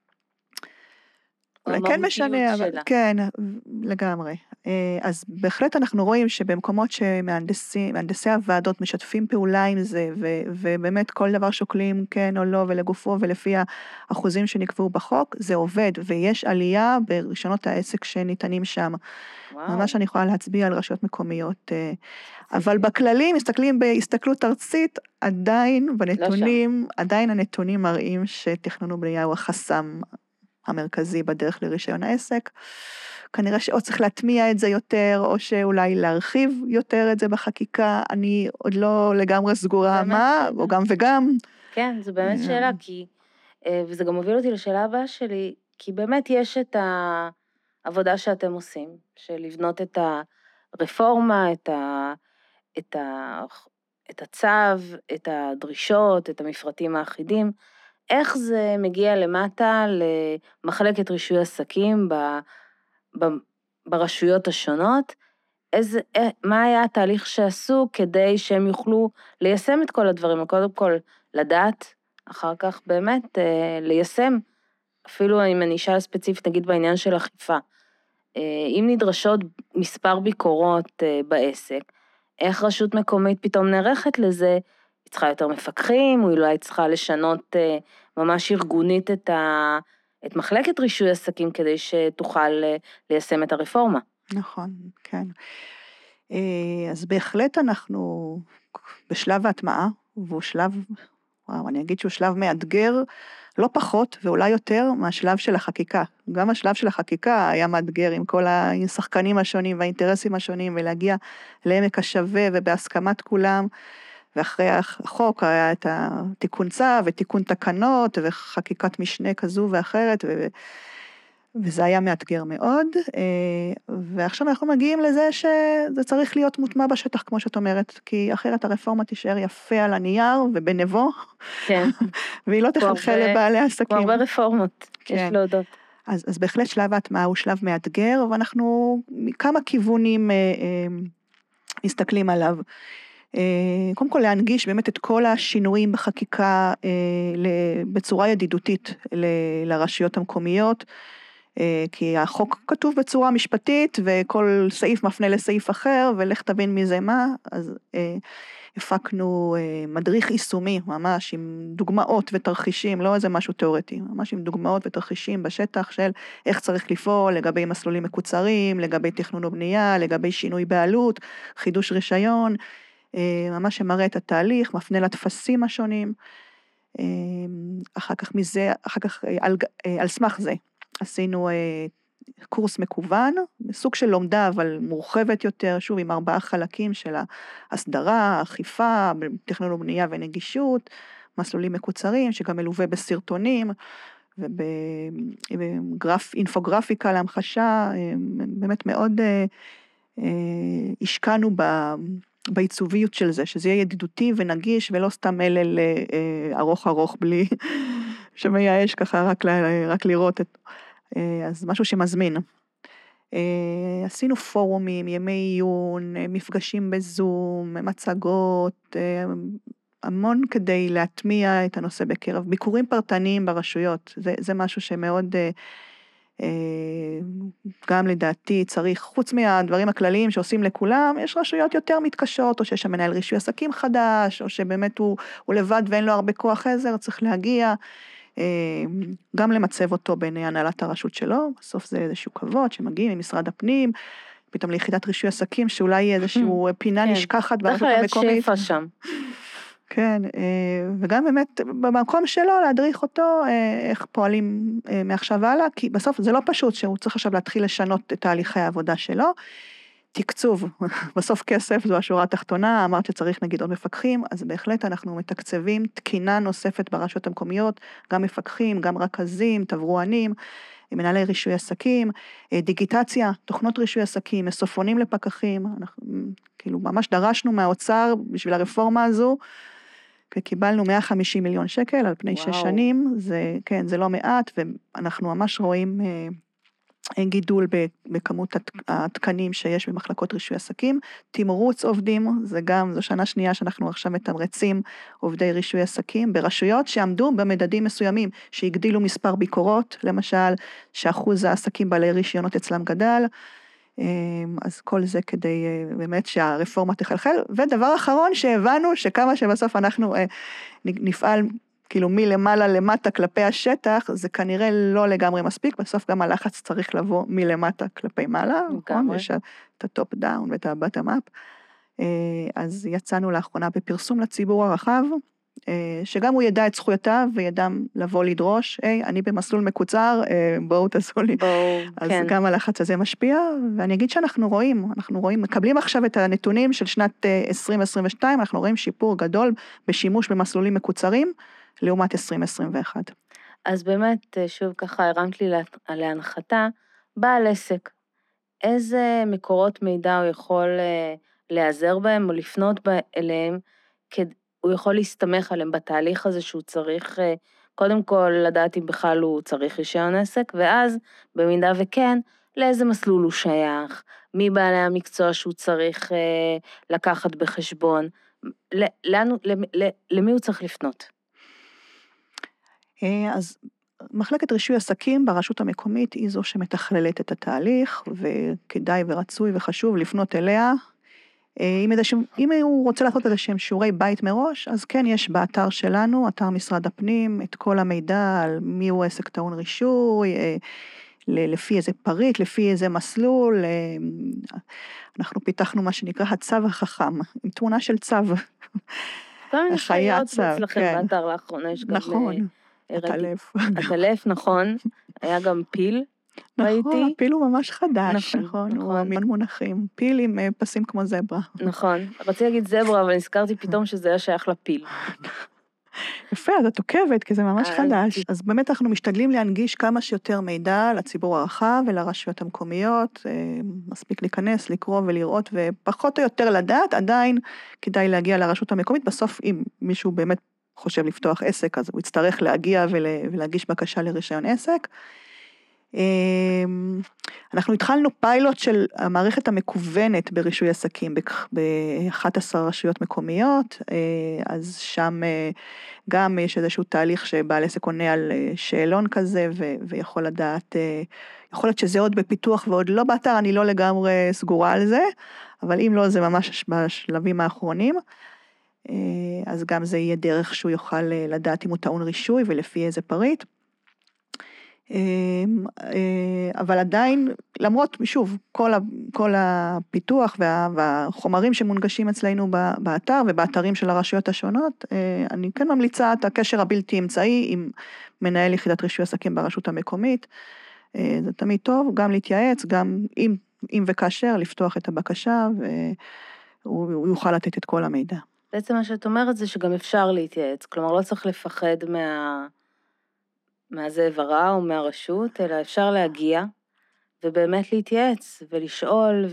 אולי כן משנה, אבל כן, לגמרי. אז בהחלט אנחנו רואים שבמקומות שמהנדסים, מהנדסי הוועדות משתפים פעולה עם זה, ו, ובאמת כל דבר שוקלים כן או לא, ולגופו ולפי האחוזים שנקבעו בחוק, זה עובד, ויש עלייה ברישיונות העסק שניתנים שם. וואו. ממש אני יכולה להצביע על רשויות מקומיות, אבל בכללי, מסתכלים בהסתכלות ארצית, עדיין בנתונים, לא עדיין הנתונים מראים שתכנון ובנייה הוא החסם המרכזי בדרך לרישיון העסק. כנראה שעוד צריך להטמיע את זה יותר, או שאולי להרחיב יותר את זה בחקיקה, אני עוד לא לגמרי סגורה מה, או גם וגם. כן, זו באמת שאלה, כי, וזה גם מוביל אותי לשאלה הבאה שלי, כי באמת יש את העבודה שאתם עושים, של לבנות את הרפורמה, את ה, את ה, את הצו, את הדרישות, את המפרטים האחידים, איך זה מגיע למטה למחלקת רישוי עסקים ב, ב, ברשויות השונות, איזה, מה היה התהליך שעשו כדי שהם יוכלו ליישם את כל הדברים, קודם כל לדעת, אחר כך באמת ליישם, אפילו אם אני אשאל ספציפית נגיד בעניין של אכיפה, אם נדרשות מספר ביקורות בעסק, איך רשות מקומית פתאום נערכת לזה, היא צריכה יותר מפקחים, או אולי צריכה לשנות ממש ארגונית את, ה, את מחלקת רישוי עסקים, כדי שתוכל ליישם את הרפורמה. נכון, כן. אז בהחלט אנחנו בשלב ההטמעה, והוא שלב, וואו, אני אגיד שהוא שלב מאתגר, לא פחות ואולי יותר מהשלב של החקיקה. גם השלב של החקיקה היה מאתגר עם כל השחקנים השונים והאינטרסים השונים, ולהגיע לעמק השווה ובהסכמת כולם, ואחרי החוק היה את התיקון צו ותיקון תקנות וחקיקת משנה כזו ואחרת, ו... וזה היה מאתגר מאוד, ועכשיו אנחנו מגיעים לזה שזה צריך להיות מוטמע בשטח, כמו שאת אומרת, כי אחרת הרפורמה תישאר יפה על הנייר ובנבו, כן. והיא לא תחלחל לבעלי עסקים. כמו הרבה רפורמות, כן. יש להודות. אז, אז בהחלט שלב ההטמעה הוא שלב מאתגר, ואנחנו מכמה כיוונים אה, אה, מסתכלים עליו. קודם כל להנגיש באמת את כל השינויים בחקיקה בצורה ידידותית לרשויות המקומיות, כי החוק כתוב בצורה משפטית וכל סעיף מפנה לסעיף אחר, ולך תבין מזה מה, אז הפקנו מדריך יישומי ממש עם דוגמאות ותרחישים, לא איזה משהו תיאורטי, ממש עם דוגמאות ותרחישים בשטח של איך צריך לפעול לגבי מסלולים מקוצרים, לגבי תכנון ובנייה, לגבי שינוי בעלות, חידוש רישיון, ממש שמראה את התהליך, מפנה לתפסים השונים, אחר כך מזה, אחר כך על, על סמך זה, עשינו קורס מקוון, סוג של לומדה אבל מורחבת יותר, שוב עם ארבעה חלקים של ההסדרה, אכיפה, תכנון ובנייה ונגישות, מסלולים מקוצרים שגם מלווה בסרטונים, ובגרף, אינפוגרפיקה להמחשה, באמת מאוד השקענו ב... בעיצוביות של זה, שזה יהיה ידידותי ונגיש, ולא סתם מלל ארוך ארוך בלי שמייאש ככה רק, רק לראות את, אז משהו שמזמין. עשינו פורומים, ימי עיון, מפגשים בזום, מצגות, המון כדי להטמיע את הנושא בקרב, ביקורים פרטניים ברשויות, זה, זה משהו שמאוד גם לדעתי צריך, חוץ מהדברים הכלליים שעושים לכולם, יש רשויות יותר מתקשות, או שיש שם מנהל רישוי עסקים חדש, או שבאמת הוא, הוא לבד ואין לו הרבה כוח עזר, צריך להגיע, גם למצב אותו בעיני הנהלת הרשות שלו, בסוף זה איזשהו כבוד שמגיעים ממשרד הפנים, פתאום ליחידת רישוי עסקים, שאולי יהיה איזשהו פינה נשכחת ברשות המקומית. שפע שם. כן, וגם באמת במקום שלו להדריך אותו איך פועלים מעכשיו והלאה, כי בסוף זה לא פשוט שהוא צריך עכשיו להתחיל לשנות את תהליכי העבודה שלו, תקצוב, בסוף כסף זו השורה התחתונה, אמרת שצריך נגיד עוד מפקחים, אז בהחלט אנחנו מתקצבים תקינה נוספת ברשויות המקומיות, גם מפקחים, גם רכזים, תברואנים, מנהלי רישוי עסקים, דיגיטציה, תוכנות רישוי עסקים, מסופונים לפקחים, אנחנו כאילו ממש דרשנו מהאוצר בשביל הרפורמה הזו, וקיבלנו מאה וחמישים מיליון שקל על פני וואו. שש שנים, זה, כן, זה לא מעט, ואנחנו ממש רואים גידול בכמות התקנים שיש במחלקות רישוי עסקים, תמרוץ עובדים, זה גם, זו שנה שנייה שאנחנו עכשיו מתמרצים עובדי רישוי עסקים, ברשויות שעמדו במדדים מסוימים, שהגדילו מספר ביקורות, למשל, שאחוז העסקים בעלי רישיונות אצלם גדל, אז כל זה כדי באמת שהרפורמה תחלחל, ודבר אחרון שהבנו, שכמה שבסוף אנחנו נפעל כאילו מלמעלה למטה כלפי השטח, זה כנראה לא לגמרי מספיק, בסוף גם הלחץ צריך לבוא מלמטה כלפי מעלה, נכון? יש את הטופ דאון ואת הבטם אפ, אז יצאנו לאחרונה בפרסום לציבור הרחב, שגם הוא ידע את זכויותיו, וידע לבוא לדרוש, היי, אני במסלול מקוצר, בואו תעשו לי. בואו, אז כן. גם הלחץ הזה משפיע, ואני אגיד שאנחנו רואים, אנחנו רואים, מקבלים עכשיו את הנתונים של שנת עשרים עשרים ושתיים, אנחנו רואים שיפור גדול בשימוש במסלולים מקוצרים, לעומת עשרים עשרים ואחת. אז באמת, שוב ככה הרמת לי להנחתה, בעל עסק, איזה מקורות מידע הוא יכול להיעזר בהם או לפנות אליהם, הוא יכול להסתמך עליהם בתהליך הזה שהוא צריך, קודם כל לדעת אם בכלל הוא צריך רישיון עסק, ואז במידה וכן, לאיזה מסלול הוא שייך, מי בעלי המקצוע שהוא צריך לקחת בחשבון, לנו, למי הוא צריך לפנות? אז מחלקת רישוי עסקים ברשות המקומית היא זו שמתכללת את התהליך, וכדאי ורצוי וחשוב לפנות אליה. אם, איזשהם, אם הוא רוצה לעשות איזשהם שיעורי בית מראש, אז כן יש באתר שלנו, אתר משרד הפנים, את כל המידע על מי הוא עסק טעון רישוי, לפי איזה פריט, לפי איזה מסלול. אנחנו פיתחנו מה שנקרא הצו החכם, עם תמונה של צו. כל מיני חיות אצלכם באתר לאחרונה, יש גם... נכון. הטלף. הטלף, נכון, היה גם פיל, נכון, הפיל הוא ממש חדש, נכון, נכון, הוא המון מונחים, פיל עם פסים כמו זברה. נכון, רציתי להגיד זברה, אבל נזכרתי פתאום שזה היה שייך לפיל. יפה, אז את עוקבת, כי זה ממש חדש. אז באמת אנחנו משתדלים להנגיש כמה שיותר מידע לציבור הרחב ולרשויות המקומיות, מספיק להיכנס, לקרוא ולראות, ופחות או יותר לדעת, עדיין כדאי להגיע לרשות המקומית, בסוף אם מישהו באמת חושב לפתוח עסק, אז הוא יצטרך להגיע ולהגיש בקשה לרישיון עסק. אנחנו התחלנו פיילוט של המערכת המקוונת ברישוי עסקים, ב-אחת עשרה רשויות מקומיות, אז שם גם יש איזשהו תהליך שבעל עסק עונה על שאלון כזה, ויכול לדעת, יכול להיות שזה עוד בפיתוח ועוד לא באתר, אני לא לגמרי סגורה על זה, אבל אם לא, זה ממש בשלבים האחרונים. אז גם זה יהיה דרך שהוא יוכל לדעת אם הוא טעון רישוי ולפי איזה פריט. אבל עדיין, למרות, שוב, כל, כל הפיתוח וה, והחומרים שמונגשים אצלנו באתר ובאתרים של הרשויות השונות, אני כן ממליצה את הקשר הבלתי אמצעי עם מנהל יחידת רישוי עסקים ברשות המקומית. זה תמיד טוב, גם להתייעץ, גם אם, אם וכאשר לפתוח את הבקשה, והוא יוכל לתת את כל המידע. בעצם מה שאת אומרת זה שגם אפשר להתייעץ, כלומר לא צריך לפחד מה, מהזאב הרע או מהרשות, אלא אפשר להגיע ובאמת להתייעץ ולשאול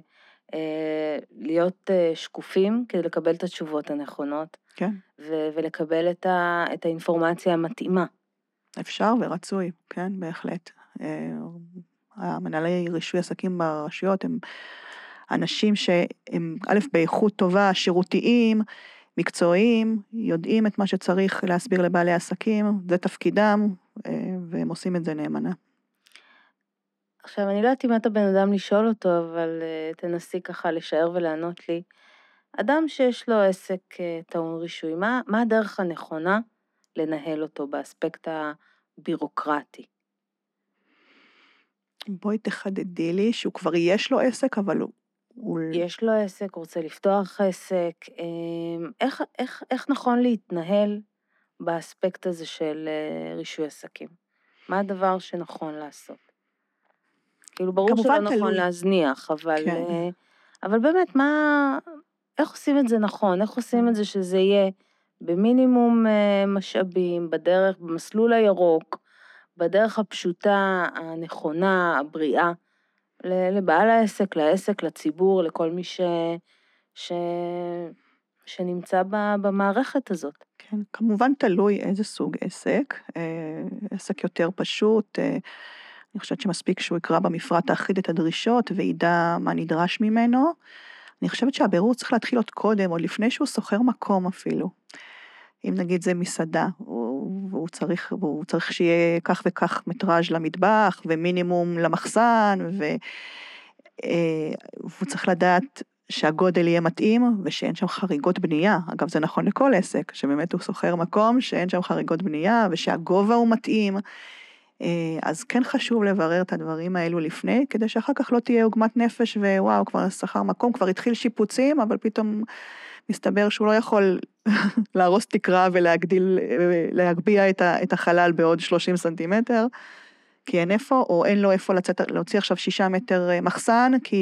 ולהיות שקופים כדי לקבל את התשובות הנכונות. כן. ו- ולקבל את, ה- את האינפורמציה המתאימה. אפשר ורצוי, כן, בהחלט. המנהלי רישוי עסקים ברשויות הם אנשים שהם א' באיכות טובה, שירותיים, מקצועיים, יודעים את מה שצריך להסביר לבעלי עסקים, זה תפקידם, והם עושים את זה נאמנה. עכשיו, אני לא יודעת אם אתה בן אדם לשאול אותו, אבל תנסי ככה לשער ולענות לי. אדם שיש לו עסק טעון רישוי, מה, מה הדרך הנכונה לנהל אותו באספקט הבירוקרטי? בואי תחדדי לי שהוא כבר יש לו עסק, אבל הוא... יש לו עסק, הוא רוצה לפתוח עסק, איך, איך, איך נכון להתנהל באספקט הזה של רישוי עסקים? מה הדבר שנכון לעשות? כאילו ברור שלא נכון תלוי. להזניח, אבל, כן. אבל באמת, מה, איך עושים את זה נכון? איך עושים את זה שזה יהיה במינימום משאבים, בדרך, במסלול הירוק, בדרך הפשוטה, הנכונה, הבריאה, לבעל העסק, לעסק, לציבור, לכל מי ש... ש... שנמצא במערכת הזאת. כן, כמובן תלוי איזה סוג עסק, עסק יותר פשוט, אני חושבת שמספיק שהוא יקרא במפרט האחיד את הדרישות וידע מה נדרש ממנו. אני חושבת שהבירור צריך להתחיל עוד קודם, עוד לפני שהוא סוחר מקום אפילו. אם נגיד זה מסעדה, והוא צריך, והוא צריך שיהיה כך וכך מטראז' למטבח, ומינימום למחסן, והוא צריך לדעת שהגודל יהיה מתאים, ושאין שם חריגות בנייה. אגב, זה נכון לכל עסק, שבאמת הוא סוחר מקום, שאין שם חריגות בנייה, ושהגובה הוא מתאים. אז כן חשוב לברר את הדברים האלו לפני, כדי שאחר כך לא תהיה עוגמת נפש, ווואו, כבר שכר מקום, כבר התחיל שיפוצים, אבל פתאום מסתבר שהוא לא יכול להרוס תקרה ולהגדיל, להגביע את החלל בעוד שלושים סנטימטר, כי אין איפה, או אין לו איפה לצאת, להוציא עכשיו שישה מטר מחסן, כי,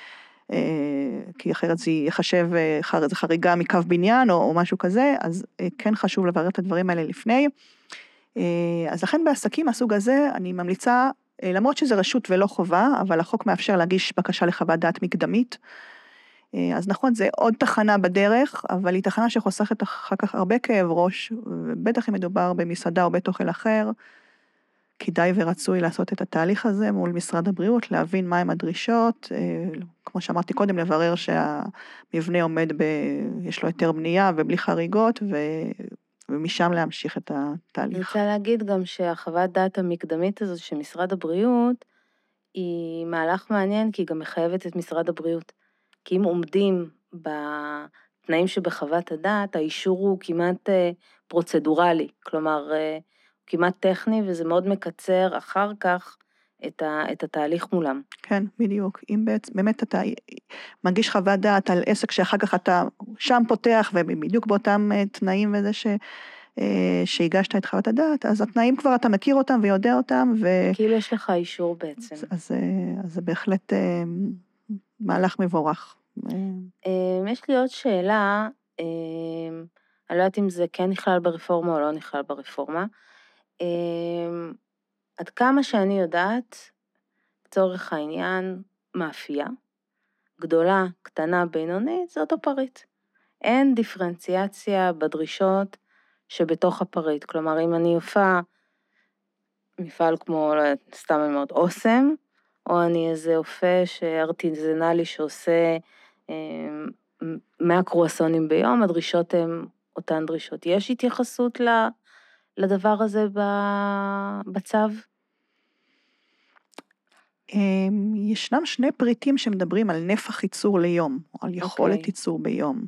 כי אחרת זה יחשב חריגה מקו בניין, או, או משהו כזה, אז כן חשוב לברר את הדברים האלה לפני. אז לכן בעסקים מהסוג הזה, אני ממליצה, למרות שזה רשות ולא חובה, אבל החוק מאפשר להגיש בקשה לחוות דעת מקדמית, אז נכון, זה עוד תחנה בדרך, אבל היא תחנה שחוסכת אחר כך הרבה כאב ראש, ובטח אם מדובר במסעדה או בית אוכל אחר, כדאי ורצוי לעשות את התהליך הזה מול משרד הבריאות, להבין מהם הדרישות, כמו שאמרתי קודם, לברר שהמבנה עומד ב... יש לו היתר בנייה ובלי חריגות, ו... ומשם להמשיך את התהליך. אני רוצה להגיד גם שהחוות דעת המקדמית הזאת של משרד הבריאות, היא מהלך מעניין, כי היא גם מחייבת את משרד הבריאות. כי אם עומדים בתנאים שבחוות הדעת, האישור הוא כמעט פרוצדורלי, כלומר, כמעט טכני, וזה מאוד מקצר אחר כך את, ה, את התהליך מולם. כן, בדיוק. אם באמת אתה מגיש חוות דעת על עסק שאחר כך אתה שם פותח, ובדיוק באותם תנאים וזה ש... שהגשת את חוות הדעת, אז התנאים כבר אתה מכיר אותם ויודע אותם, ו... כאילו יש לך אישור בעצם. אז, אז, אז זה בהחלט מהלך מבורך. יש לי עוד שאלה, אני לא יודעת אם זה כן נכלל ברפורמה או לא נכלל ברפורמה, עד כמה שאני יודעת, צורך העניין, מאפייה, גדולה, קטנה, בינונית, זה אותו פריט. אין דיפרנציאציה בדרישות שבתוך הפריט. כלומר, אם אני אופה מפעל כמו, לא יודעת, סתם מאוד אוסם, או אני איזה אופה שארטיזנלי שעושה מאה קרואסונים ביום, הדרישות הן אותן דרישות. יש התייחסות לדבר הזה בצו? ישנם שני פריטים שמדברים על נפח ייצור ליום, או על יכולת okay. ייצור ביום.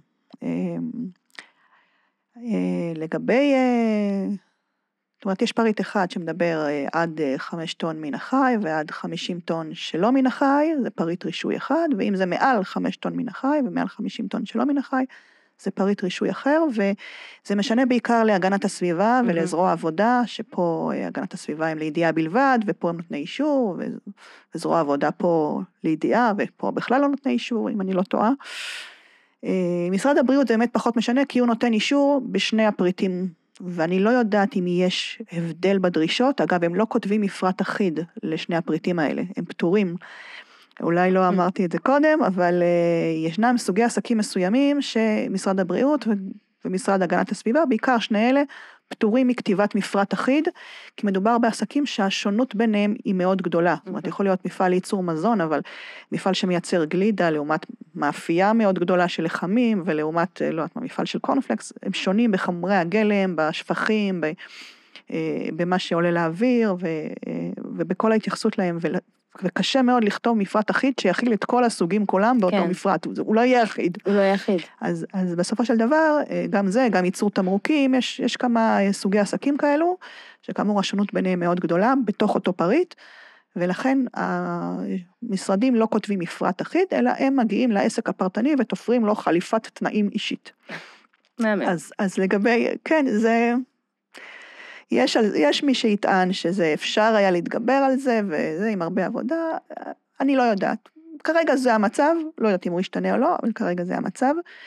לגבי, זאת אומרת, יש פריט אחד שמדבר עד חמש טון מן החי, ועד חמישים טון שלא מן החי, זה פריט רישוי אחד, ואם זה מעל חמש טון מן החי, ומעל חמישים טון שלא מן החי, זה פריט רישוי אחר, וזה משנה בעיקר להגנת הסביבה mm-hmm. ולזרוע עבודה, שפה הגנת הסביבה הם לידיעה בלבד, ופה הם נותני אישור, וזרוע עבודה פה לידיעה, ופה בכלל לא נותני אישור, אם אני לא טועה. משרד הבריאות זה באמת פחות משנה, כי הוא נותן אישור בשני הפריטים, ואני לא יודעת אם יש הבדל בדרישות, אגב, הם לא כותבים מפרט אחיד לשני הפריטים האלה, הם פטורים, אולי לא אמרתי את זה קודם, אבל ישנם סוגי עסקים מסוימים שמשרד הבריאות ומשרד הגנת הסביבה, בעיקר שני אלה, פטורים מכתיבת מפרט אחיד, כי מדובר בעסקים שהשונות ביניהם היא מאוד גדולה. זאת אומרת, יכול להיות מפעל ייצור מזון, אבל מפעל שמייצר גלידה, לעומת מאפייה מאוד גדולה של לחמים, ולעומת, לא יודעת, מפעל של קורנפלקס, הם שונים בחומרי הגלם, בשפכים, במה שעולה לאוויר, ובכל ההתייחסות להם, וקשה מאוד לכתוב מפרט אחיד שיכיל את כל הסוגים כולם באותו כן. מפרט, הוא לא יהיה אחיד. הוא לא יהיה אחיד. אז, אז בסופו של דבר, גם זה, גם ייצור תמרוקים, יש, יש כמה סוגי עסקים כאלו, שכאמור השונות ביניהם מאוד גדולה, בתוך אותו פריט, ולכן המשרדים לא כותבים מפרט אחיד, אלא הם מגיעים לעסק הפרטני ותופרים לו חליפת תנאים אישית. מאמן. אז, אז לגבי, כן, זה... יש, יש מי שיטען שזה אפשר היה להתגבר על זה, וזה עם הרבה עבודה, אני לא יודעת. כרגע זה המצב, לא יודעת אם הוא ישתנה או לא, אבל כרגע זה המצב.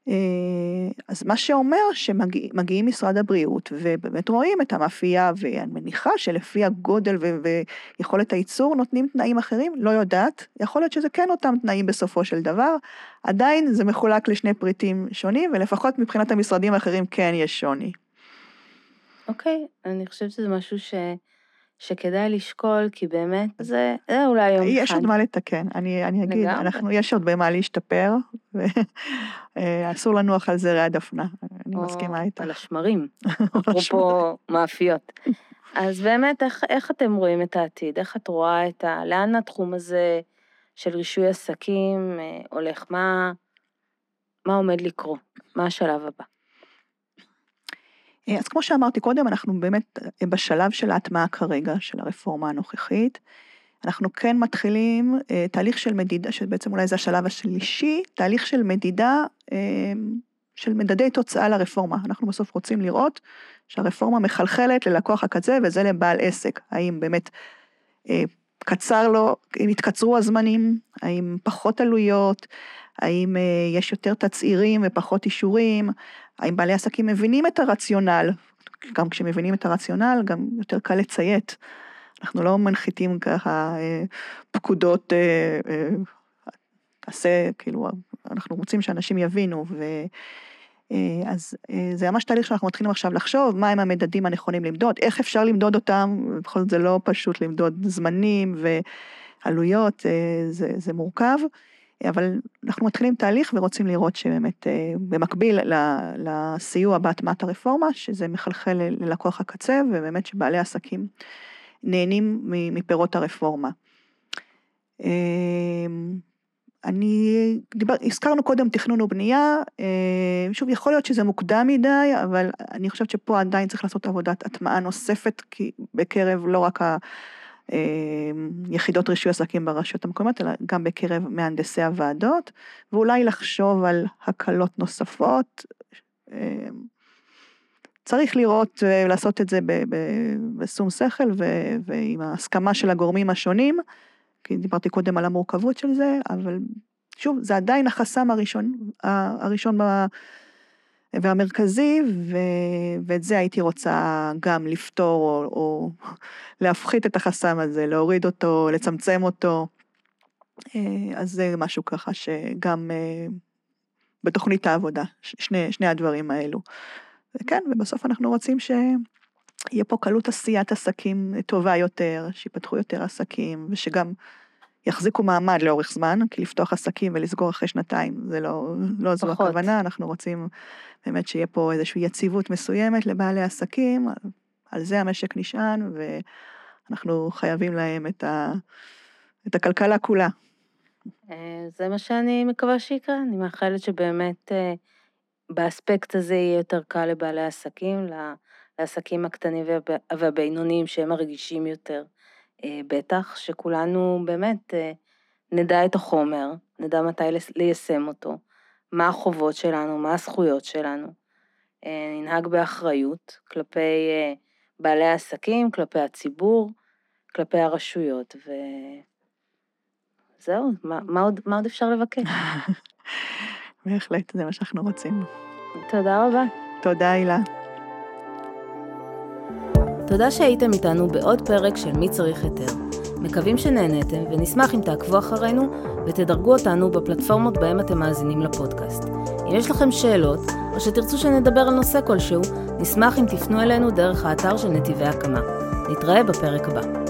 אז מה שאומר שמגיעים משרד הבריאות, ובאמת רואים את המאפייה, ואני מניחה שלפי הגודל ויכולת הייצור נותנים תנאים אחרים, לא יודעת, יכול להיות שזה כן אותם תנאים בסופו של דבר, עדיין זה מחולק לשני פריטים שונים, ולפחות מבחינת המשרדים האחרים כן יש שוני. אוקיי, אני חושבת שזה משהו ש... שכדאי לשקול, כי באמת זה, זה אולי יום יש אחד. עוד מה לתקן, אני, אני אגיד, לגמרי. אנחנו, יש עוד במה להשתפר, ואסור לנוח על זרי הדפנה, אני מסכימה איתך. על השמרים, אפרופו מאפיות. אז באמת, איך, איך אתם רואים את העתיד? איך את רואה את ה... לאן התחום הזה של רישוי עסקים הולך? מה, מה עומד לקרות? מה השלב הבא? אז כמו שאמרתי קודם, אנחנו באמת בשלב של ההטמעה כרגע, של הרפורמה הנוכחית. אנחנו כן מתחילים תהליך של מדידה, שבעצם אולי זה השלב השלישי, תהליך של מדידה, של מדדי תוצאה לרפורמה. אנחנו בסוף רוצים לראות שהרפורמה מחלחלת ללקוח הקצה, וזה לבעל עסק. האם באמת קצר לו, אם התקצרו הזמנים, האם פחות עלויות, האם יש יותר תצעירים ופחות אישורים, האם בעלי עסקים מבינים את הרציונל, גם כשמבינים את הרציונל, גם יותר קל לציית. אנחנו לא מנחיתים ככה פקודות, עשה, כאילו, אנחנו רוצים שאנשים יבינו, אז זה ממש תהליך שאנחנו מתחילים עכשיו לחשוב, מה הם המדדים הנכונים למדוד, איך אפשר למדוד אותם, בכל זאת זה לא פשוט למדוד זמנים ועלויות, זה, זה מורכב, אבל אנחנו מתחילים תהליך ורוצים לראות שבאמת במקביל לסיוע בהטמעת הרפורמה, שזה מחלחל ללקוח הקצה, ובאמת שבעלי עסקים נהנים מפירות הרפורמה. אני, דיבר, הזכרנו קודם תכנון ובנייה, שוב יכול להיות שזה מוקדם מדי, אבל אני חושבת שפה עדיין צריך לעשות עבודת הטמעה נוספת, כי בקרב לא רק היחידות רישוי עסקים ברשויות המקומיות, אלא גם בקרב מהנדסי הוועדות, ואולי לחשוב על הקלות נוספות, צריך לראות ולעשות את זה בשום שכל, ועם ההסכמה של הגורמים השונים, כי דיברתי קודם על המורכבות של זה, אבל שוב, זה עדיין החסם הראשון, הראשון והמרכזי, ואת זה הייתי רוצה גם לפתור, או, או להפחית את החסם הזה, להוריד אותו, לצמצם אותו, אז זה משהו ככה שגם בתוכנית העבודה, שני, שני הדברים האלו. וכן, ובסוף אנחנו רוצים ש... יהיה פה קלות עשיית עסקים טובה יותר, שיפתחו יותר עסקים, ושגם יחזיקו מעמד לאורך זמן, כי לפתוח עסקים ולסגור אחרי שנתיים, זה לא, לא זו הכוונה, אנחנו רוצים באמת שיהיה פה איזושהי יציבות מסוימת לבעלי עסקים, על זה המשק נשען, ואנחנו חייבים להם את, ה, את הכלכלה כולה. זה מה שאני מקווה שיקרה, אני מאחלת שבאמת באספקט הזה יהיה יותר קל לבעלי עסקים, לעסקים הקטנים והבינוניים שהם הרגישים יותר, בטח שכולנו באמת נדע את החומר, נדע מתי ליישם אותו, מה החובות שלנו, מה הזכויות שלנו, ננהג באחריות כלפי בעלי העסקים, כלפי הציבור, כלפי הרשויות, וזהו, מה, מה עוד, מה עוד אפשר לבקש? בהחלט, זה מה שאנחנו רוצים. תודה רבה. תודה, הילה. תודה שהייתם איתנו בעוד פרק של מי צריך היתר. מקווים שנהנתם ונשמח אם תעקבו אחרינו ותדרגו אותנו בפלטפורמות בהם אתם מאזינים לפודקאסט. אם יש לכם שאלות או שתרצו שנדבר על נושא כלשהו, נשמח אם תפנו אלינו דרך האתר של נתיבי הקמה. נתראה בפרק הבא.